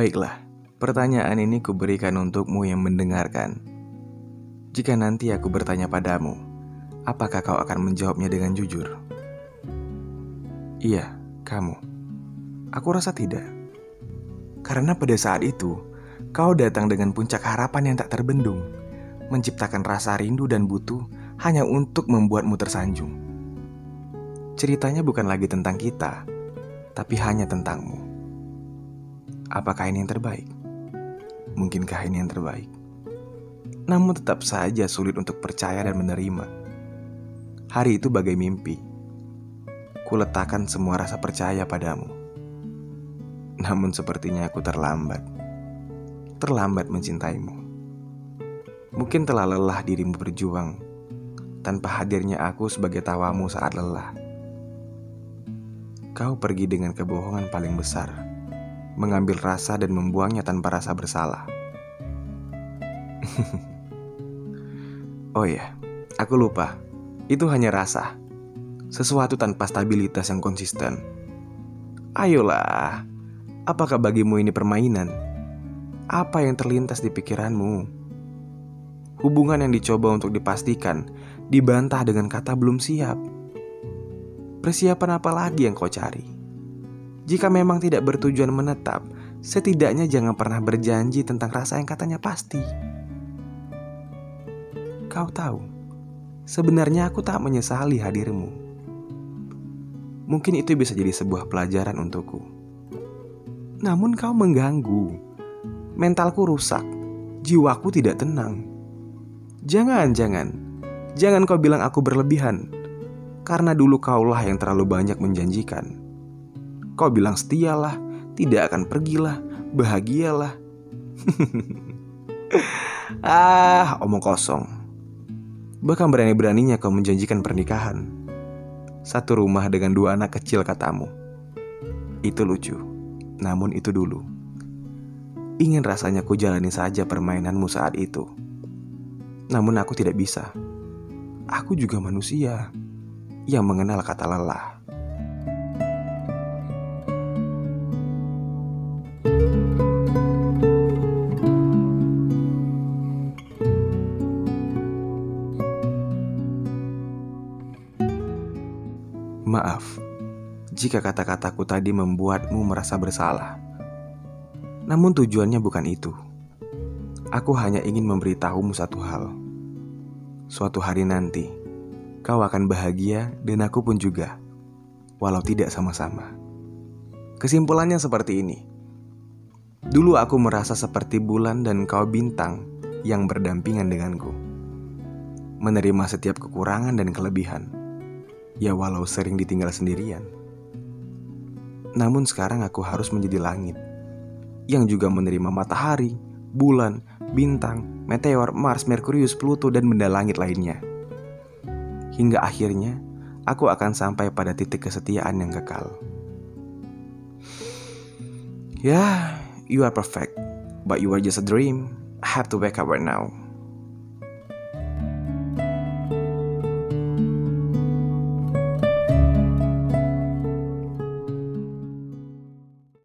Baiklah, pertanyaan ini kuberikan untukmu yang mendengarkan. Jika nanti aku bertanya padamu, apakah kau akan menjawabnya dengan jujur? Iya, kamu. Aku rasa tidak. Karena pada saat itu, kau datang dengan puncak harapan yang tak terbendung, menciptakan rasa rindu dan butuh hanya untuk membuatmu tersanjung. Ceritanya bukan lagi tentang kita, tapi hanya tentangmu. Apakah ini yang terbaik? Mungkinkah ini yang terbaik? Namun tetap saja sulit untuk percaya dan menerima. Hari itu bagai mimpi. Kuletakkan semua rasa percaya padamu. Namun sepertinya aku terlambat. Terlambat mencintaimu. Mungkin telah lelah dirimu berjuang tanpa hadirnya aku sebagai tawamu saat lelah. Kau pergi dengan kebohongan paling besar, mengambil rasa dan membuangnya tanpa rasa bersalah. Oh ya, aku lupa. Itu hanya rasa. Sesuatu tanpa stabilitas yang konsisten. Ayolah, apakah bagimu ini permainan? Apa yang terlintas di pikiranmu? Hubungan yang dicoba untuk dipastikan dibantah dengan kata belum siap. Persiapan apa lagi yang kau cari? Jika memang tidak bertujuan menetap, setidaknya jangan pernah berjanji tentang rasa yang katanya pasti. Kau tahu, sebenarnya aku tak menyesali hadirmu. Mungkin itu bisa jadi sebuah pelajaran untukku. Namun kau mengganggu. Mentalku rusak. Jiwaku tidak tenang. Jangan kau bilang aku berlebihan. Karena dulu kaulah yang terlalu banyak menjanjikan. Kau bilang setialah, tidak akan pergilah, bahagialah. Omong kosong. Bahkan berani-beraninya kau menjanjikan pernikahan. Satu rumah dengan 2 anak kecil katamu. Itu lucu. Namun itu dulu. Ingin rasanya ku jalani saja permainanmu saat itu. Namun aku tidak bisa. Aku juga manusia yang mengenal kata lelah. Maaf jika kata-kataku tadi membuatmu merasa bersalah. Namun tujuannya bukan itu. Aku hanya ingin memberitahumu satu hal. Suatu hari nanti, kau akan bahagia dan aku pun juga, walau tidak sama-sama. Kesimpulannya seperti ini. Dulu aku merasa seperti bulan dan kau bintang yang berdampingan denganku. Menerima setiap kekurangan dan kelebihan. Ya walau sering ditinggal sendirian. Namun sekarang aku harus menjadi langit yang juga menerima matahari, bulan, bintang, meteor, Mars, Merkurius, Pluto, dan benda langit lainnya. Hingga akhirnya aku akan sampai pada titik kesetiaan yang kekal. You are perfect, but you are just a dream. I have to wake up right now.